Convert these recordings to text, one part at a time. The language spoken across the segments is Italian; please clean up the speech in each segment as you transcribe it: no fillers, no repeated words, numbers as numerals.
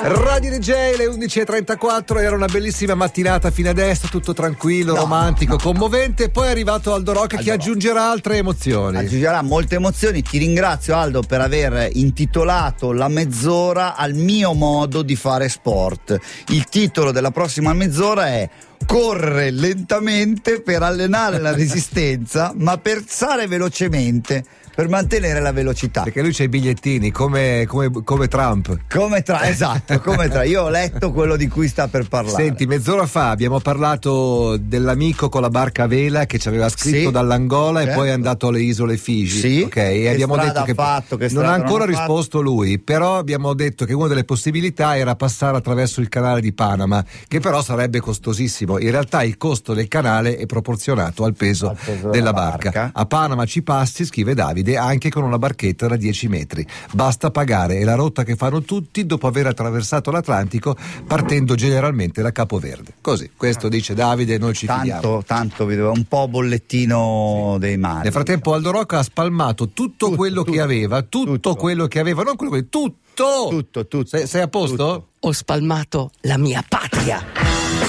Radio DJ, le 11.34, era una bellissima mattinata fino adesso, tutto tranquillo, romantico, commovente. Poi è arrivato Aldo Rock che aggiungerà altre emozioni. Aggiungerà molte emozioni. Ti ringrazio, Aldo, per aver intitolato la mezz'ora al mio modo di fare sport. Il titolo della prossima mezz'ora è correre lentamente per allenare la resistenza, ma pensare velocemente per mantenere la velocità. Perché lui c'ha i bigliettini come Trump. Esatto, come Trump. Io ho letto quello di cui sta per parlare. Senti, mezz'ora fa abbiamo parlato dell'amico con la barca a vela che ci aveva scritto dall'Angola, e poi è andato alle isole Figi. Ok, e abbiamo detto che non ha ancora risposto lui, però abbiamo detto che una delle possibilità era passare attraverso il canale di Panama, che però sarebbe costosissimo. In realtà il costo del canale è proporzionato al peso della barca. A Panama ci passi, scrive Davide, anche con una barchetta da 10 metri. Basta pagare, è la rotta che fanno tutti dopo aver attraversato l'Atlantico, partendo generalmente da Capoverde. Così, questo dice Davide, noi ci fidiamo. Tanto un po' bollettino dei mari. Nel frattempo Aldo Rock ha spalmato tutto quello che aveva, quello che aveva, non quello che tutto. Sei a posto? Tutto. Ho spalmato la mia patria.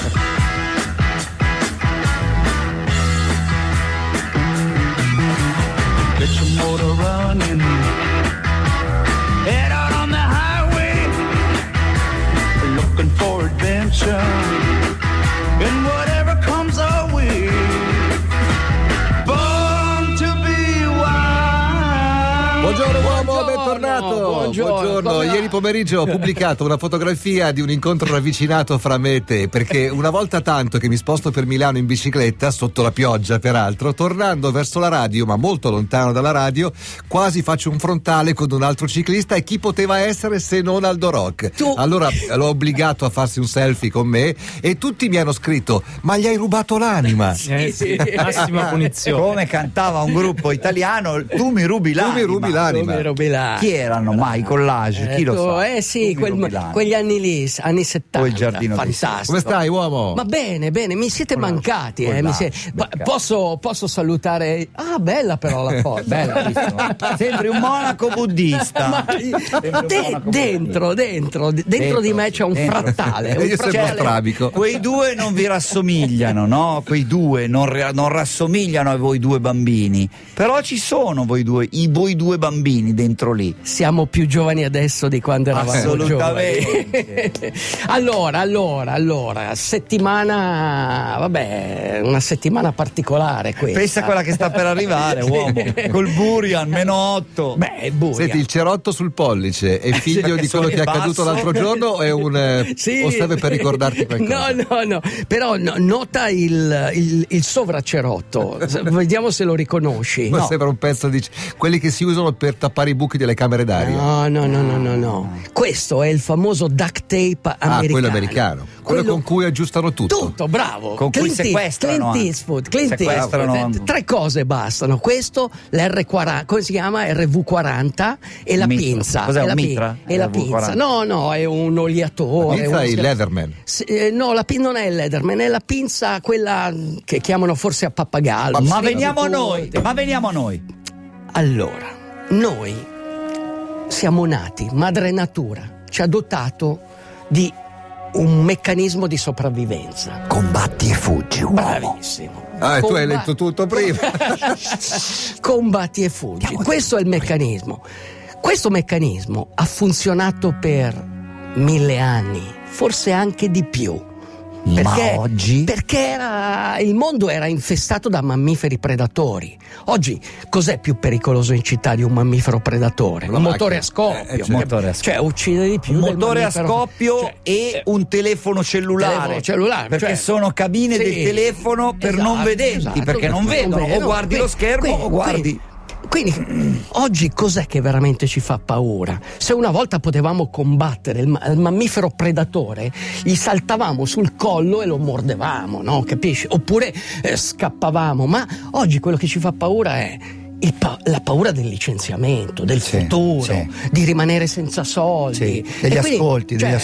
Get your motor running, head out on the highway, looking for adventure, and whatever comes our way, born to be wild. Buongiorno uomo, bentornato. Buongiorno. Ieri pomeriggio ho pubblicato una fotografia di un incontro ravvicinato fra me e te, perché una volta tanto che mi sposto per Milano in bicicletta, sotto la pioggia peraltro, tornando verso la radio, ma molto lontano dalla radio, quasi faccio un frontale con un altro ciclista, e chi poteva essere se non Aldo Rock? Allora l'ho obbligato a farsi un selfie con me e tutti mi hanno scritto: ma gli hai rubato l'anima? Sì, massima punizione. Come cantava un gruppo italiano, tu mi rubi l'anima. Chi erano mai i collage? Chi lo sa? Sì, quegli anni lì, anni 70. O il giardino fantastico. Come stai, uomo? Ma bene, mi siete mancati. Posso salutare? Ah, bella però la foto. Bella, sembri un monaco buddista. Dentro di me c'è un frattale. Io sembro strabico. Quei due non vi rassomigliano, no? Quei due non rassomigliano a voi due bambini. Però ci sono voi due bambini dentro lì. Siamo più giovani adesso di quando eravamo assolutamente giovani. Allora, una settimana particolare questa. Pensa a quella che sta per arrivare, uomo, col Burian -8. Burian. Senti, il cerotto sul pollice è figlio di quello che è accaduto l'altro giorno, o è o serve per ricordarti qualcosa? No, però nota il sovracerotto. Vediamo se lo riconosci. Ma sembra un pezzo di quelli che si usano per tappare i buchi delle camere d'aria. No. Questo è il famoso duct tape americano. Quello americano. Quello con cui aggiustano tutto. Tutto, bravo. Con cui sequestrano. Clint Eastwood. 3 cose bastano. Questo, l'R40, come si chiama? RV40 e la pinza. Cos'è, un mitra? E la pinza. No, è un oliatore. Pinza è il Leatherman. No, non è il Leatherman, è la pinza, quella che chiamano forse a pappagallo. Ma veniamo a noi. Allora, noi siamo nati, madre natura ci ha dotato di un meccanismo di sopravvivenza. Combatti e fuggi, uomo. Bravissimo. Tu hai letto tutto prima. Combatti e fuggi. Questo è il meccanismo. Questo meccanismo ha funzionato per 1000 anni, forse anche di più. Ma oggi? Perché il mondo era infestato da mammiferi predatori. Oggi cos'è più pericoloso in città di un mammifero predatore? Un motore a scoppio. Cioè uccide di più. Un motore a scoppio e un telefono cellulare. Perché sono cabine del telefono per non vedenti, perché non vedono. O guardi lo schermo o guardi. Quindi oggi cos'è che veramente ci fa paura? Se una volta potevamo combattere il mammifero predatore, gli saltavamo sul collo e lo mordevamo, no? Capisci? Oppure scappavamo. Ma oggi quello che ci fa paura è la paura del licenziamento, del futuro, di rimanere senza soldi, degli ascolti, delle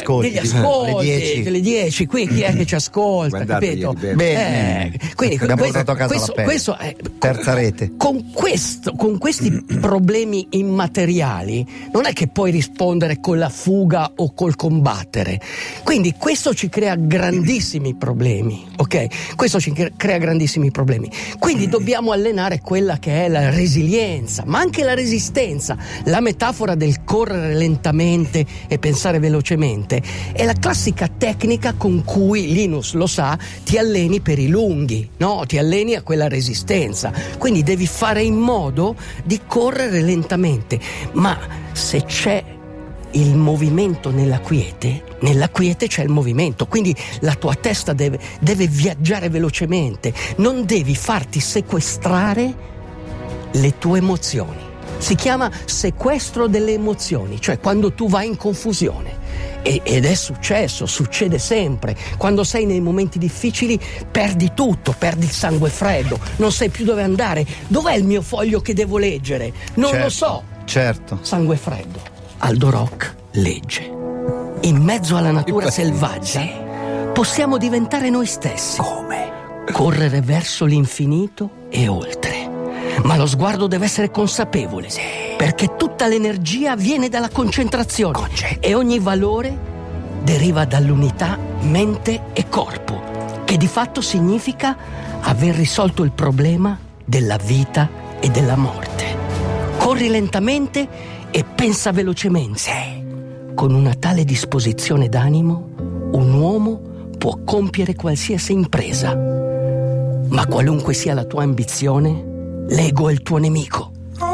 10, qui chi è che ci ascolta, capito? Bene. Quindi abbiamo portato a casa questo è terza rete. Con questi problemi immateriali non è che puoi rispondere con la fuga o col combattere, quindi questo ci crea grandissimi problemi, ok? Questo ci crea grandissimi problemi, quindi dobbiamo allenare quella che è la resilienza, ma anche la resistenza. La metafora del correre lentamente e pensare velocemente è la classica tecnica con cui, Linus lo sa, ti alleni per i lunghi, no? Ti alleni a quella resistenza, quindi devi fare in modo di correre lentamente, ma se c'è il movimento nella quiete c'è il movimento, quindi la tua testa deve viaggiare velocemente, non devi farti sequestrare le tue emozioni. Si chiama sequestro delle emozioni, cioè quando tu vai in confusione. Ed è succede sempre. Quando sei nei momenti difficili perdi tutto, perdi il sangue freddo, non sai più dove andare. Dov'è il mio foglio che devo leggere? Non lo so. Certo. Sangue freddo. Aldo Rock legge. In mezzo alla natura selvaggia possiamo diventare noi stessi. Come? Correre verso l'infinito e oltre. Ma lo sguardo deve essere consapevole, perché tutta l'energia viene dalla concentrazione e ogni valore deriva dall'unità mente e corpo, che di fatto significa aver risolto il problema della vita e della morte. Corri lentamente e pensa velocemente. Con una tale disposizione d'animo, un uomo può compiere qualsiasi impresa, ma qualunque sia la tua ambizione, l'ego è il tuo nemico.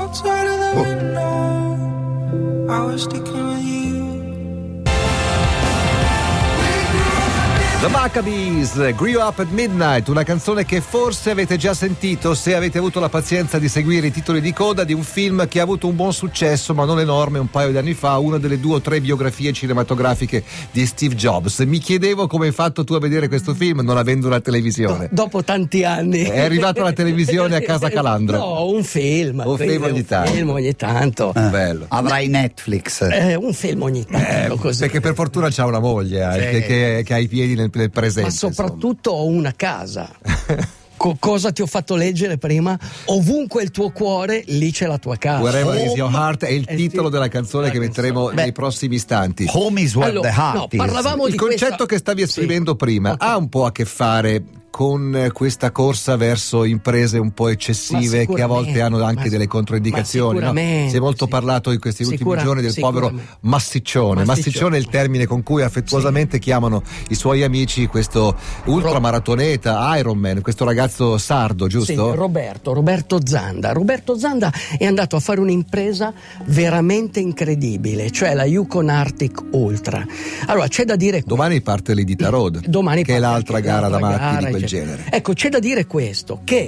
The Maccabees, Grew Up at Midnight, una canzone che forse avete già sentito se avete avuto la pazienza di seguire i titoli di coda di un film che ha avuto un buon successo, ma non enorme, un paio di anni fa, una delle 2 o 3 biografie cinematografiche di Steve Jobs. Mi chiedevo come hai fatto tu a vedere questo film non avendo una televisione. Dopo tanti anni. È arrivata la televisione a casa Calandra. No, un film. Un film ogni tanto. Bello. Avrai Netflix. Un film ogni tanto, così. Perché per fortuna c'ha una moglie che ha i piedi nel presente. Ma soprattutto ho una casa. Cosa ti ho fatto leggere prima? Ovunque il tuo cuore, lì c'è la tua casa. Wherever is your heart è il titolo della canzone che metteremo nei prossimi istanti. Home is where the heart is. Parlavamo il concetto che stavi esprimendo prima ha un po' a che fare con questa corsa verso imprese un po' eccessive che a volte hanno anche delle controindicazioni, no? Si è molto parlato in questi ultimi giorni del povero massiccione. Massiccione è il termine con cui affettuosamente chiamano i suoi amici questo ultramaratoneta, Ironman, questo ragazzo sardo, giusto? Sì, Roberto Zanda. Roberto Zanda è andato a fare un'impresa veramente incredibile, cioè la Yukon Arctic Ultra. Allora c'è da dire domani parte l'Idita Road, che è l'altra gara da matti di quel genere. Ecco, c'è da dire questo, che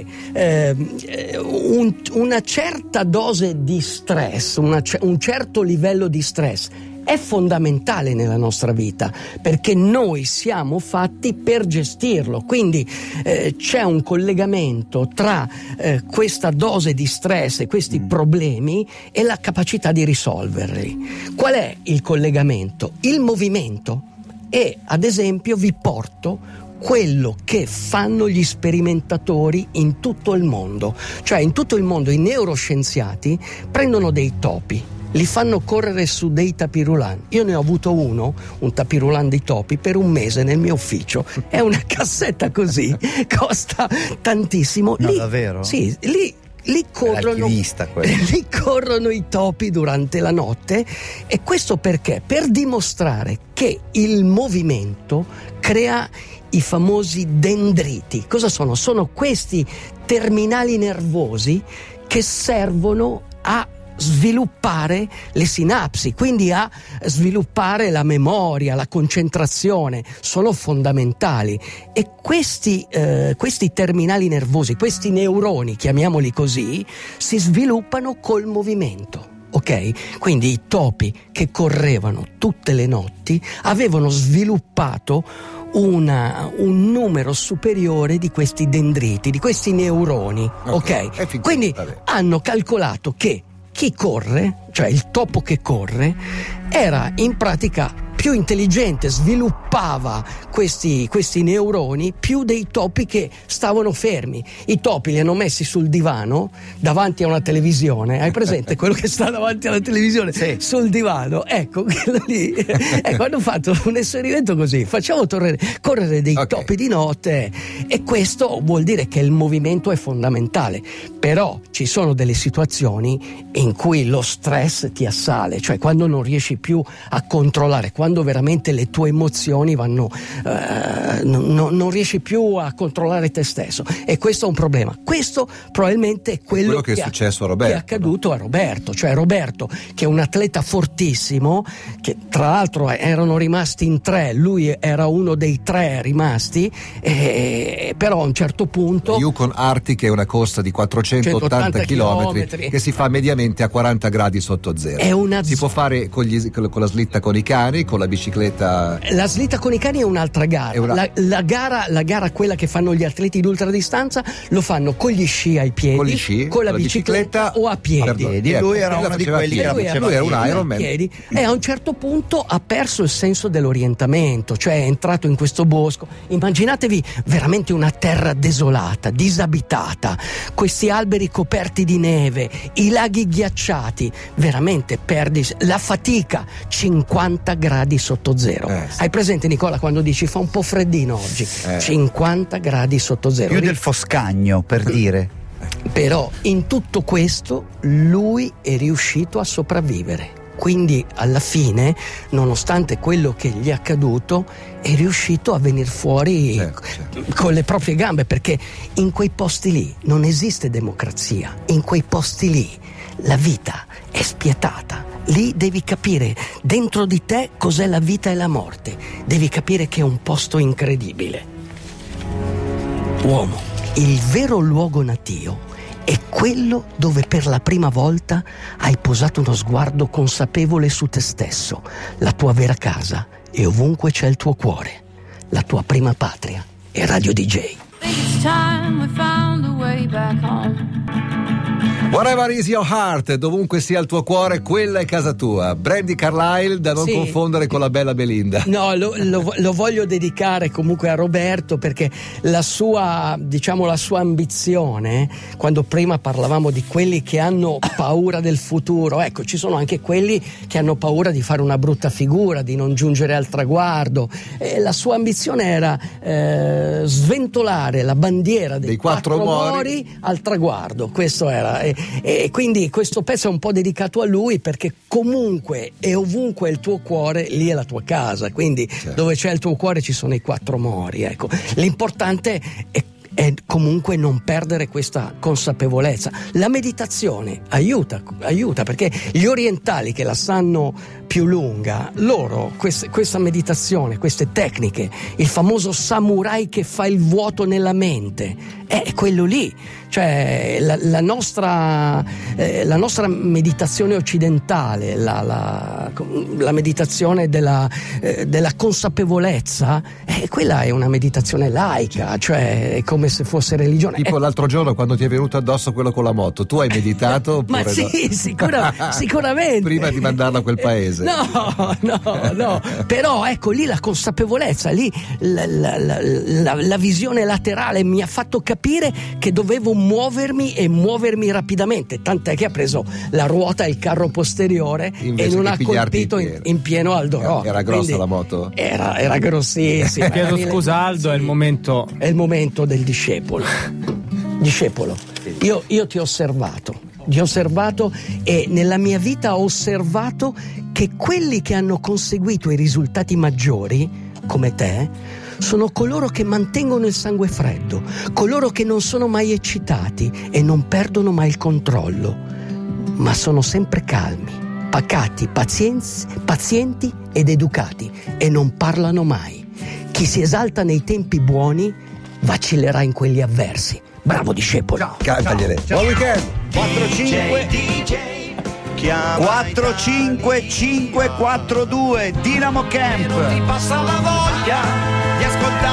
una certa dose di stress, un certo livello di stress è fondamentale nella nostra vita, perché noi siamo fatti per gestirlo, quindi c'è un collegamento tra questa dose di stress e questi problemi e la capacità di risolverli. Qual è il collegamento? Il movimento. E ad esempio vi porto quello che fanno gli sperimentatori in tutto il mondo, cioè in tutto il mondo i neuroscienziati prendono dei topi, li fanno correre su dei tapirulan. Io ne ho avuto un tapirulan di topi per un mese nel mio ufficio, è una cassetta così, costa tantissimo. No, davvero? Sì, lì corrono i topi durante la notte, e questo perché? Per dimostrare che il movimento crea i famosi dendriti. Cosa sono? Sono questi terminali nervosi che servono a sviluppare le sinapsi, quindi a sviluppare la memoria, la concentrazione, sono fondamentali. E questi terminali nervosi, questi neuroni, chiamiamoli così, si sviluppano col movimento. Ok? Quindi i topi che correvano tutte le notti avevano sviluppato un numero superiore di questi dendriti, di questi neuroni, ok? Quindi hanno calcolato che chi corre, cioè il topo che corre, era in pratica più intelligente, sviluppava questi neuroni più dei topi che stavano fermi. I topi li hanno messi sul divano davanti a una televisione. Hai presente quello che sta davanti alla televisione? Sì. Sul divano, ecco, quello lì. Ecco, hanno fatto un esperimento così: facciamo correre dei topi di notte, e questo vuol dire che il movimento è fondamentale. Però ci sono delle situazioni in cui lo stress ti assale, cioè quando non riesci più a controllare, quando veramente le tue emozioni vanno, non riesci più a controllare te stesso, e questo è un problema. Questo probabilmente è quello che è successo a Roberto, che è accaduto a Roberto, cioè Roberto, che è un atleta fortissimo, che tra l'altro erano rimasti in 3, lui era uno dei 3 rimasti, però a un certo punto Yukon Arctic è una corsa di 480 chilometri che si fa mediamente a 40 gradi sotto zero. Si può fare con la slitta con i cani, con la bicicletta. La slitta con i cani è un'altra gara. La gara quella che fanno gli atleti di ultradistanza lo fanno con gli sci ai piedi, con la bicicletta o a piedi. Lui era uno di quelli che lui era un Ironman. E a un certo punto ha perso il senso dell'orientamento, cioè è entrato in questo bosco. Immaginatevi veramente una terra desolata, disabitata, questi alberi coperti di neve, i laghi ghiacciati, veramente perdi la fatica, 50 gradi sotto zero. Sì. Hai presente, Nicola, quando dici fa un po' freddino oggi? 50 gradi sotto zero. Più del Foscagno, per dire. Però in tutto questo lui è riuscito a sopravvivere. Quindi alla fine, nonostante quello che gli è accaduto, è riuscito a venire fuori con le proprie gambe, perché in quei posti lì non esiste democrazia, in quei posti lì la vita è spietata. Lì devi capire dentro di te cos'è la vita e la morte, devi capire che è un posto incredibile. Uomo, il vero luogo natio è quello dove per la prima volta hai posato uno sguardo consapevole su te stesso, la tua vera casa, e ovunque c'è il tuo cuore, la tua prima patria. È Radio DJ. Whatever is your heart, dovunque sia il tuo cuore, quella è casa tua. Brandi Carlile, da non confondere con la bella Belinda. No, lo voglio dedicare comunque a Roberto, perché la sua ambizione, quando prima parlavamo di quelli che hanno paura del futuro, ecco, ci sono anche quelli che hanno paura di fare una brutta figura, di non giungere al traguardo. La sua ambizione era sventolare la bandiera dei 4 mori al traguardo. Questo era. E quindi questo pezzo è un po' dedicato a lui, perché comunque e ovunque è il tuo cuore, lì è la tua casa, quindi dove c'è il tuo cuore ci sono i 4 mori, ecco. L'importante è comunque non perdere questa consapevolezza. La meditazione aiuta, perché gli orientali che la sanno più lunga, loro questa meditazione, queste tecniche, il famoso samurai che fa il vuoto nella mente, è quello lì. Cioè la nostra meditazione occidentale, la meditazione della consapevolezza, quella è una meditazione laica, cioè è come se fosse religione. Tipo l'altro giorno quando ti è venuto addosso quello con la moto, tu hai meditato? Ma sì, sicuramente. Prima di mandarlo a quel paese. No, però ecco lì la consapevolezza, lì la visione laterale mi ha fatto capire che dovevo muovermi rapidamente, tant'è che ha preso la ruota e il carro posteriore invece e non ha colpito in pieno Aldo Rock. Era grossa la moto? Era grossissima. Chiedo scusa Aldo, è il momento del discepolo. Io ti ho osservato e nella mia vita ho osservato che quelli che hanno conseguito i risultati maggiori, come te, sono coloro che mantengono il sangue freddo, coloro che non sono mai eccitati e non perdono mai il controllo, ma sono sempre calmi, pacati, pazienti ed educati, e non parlano mai. Chi si esalta nei tempi buoni vacillerà in quelli avversi. Bravo discepolo. Cantagliele. Buon weekend. 45542 Dinamo Camp. Ti passa la voglia di ascoltare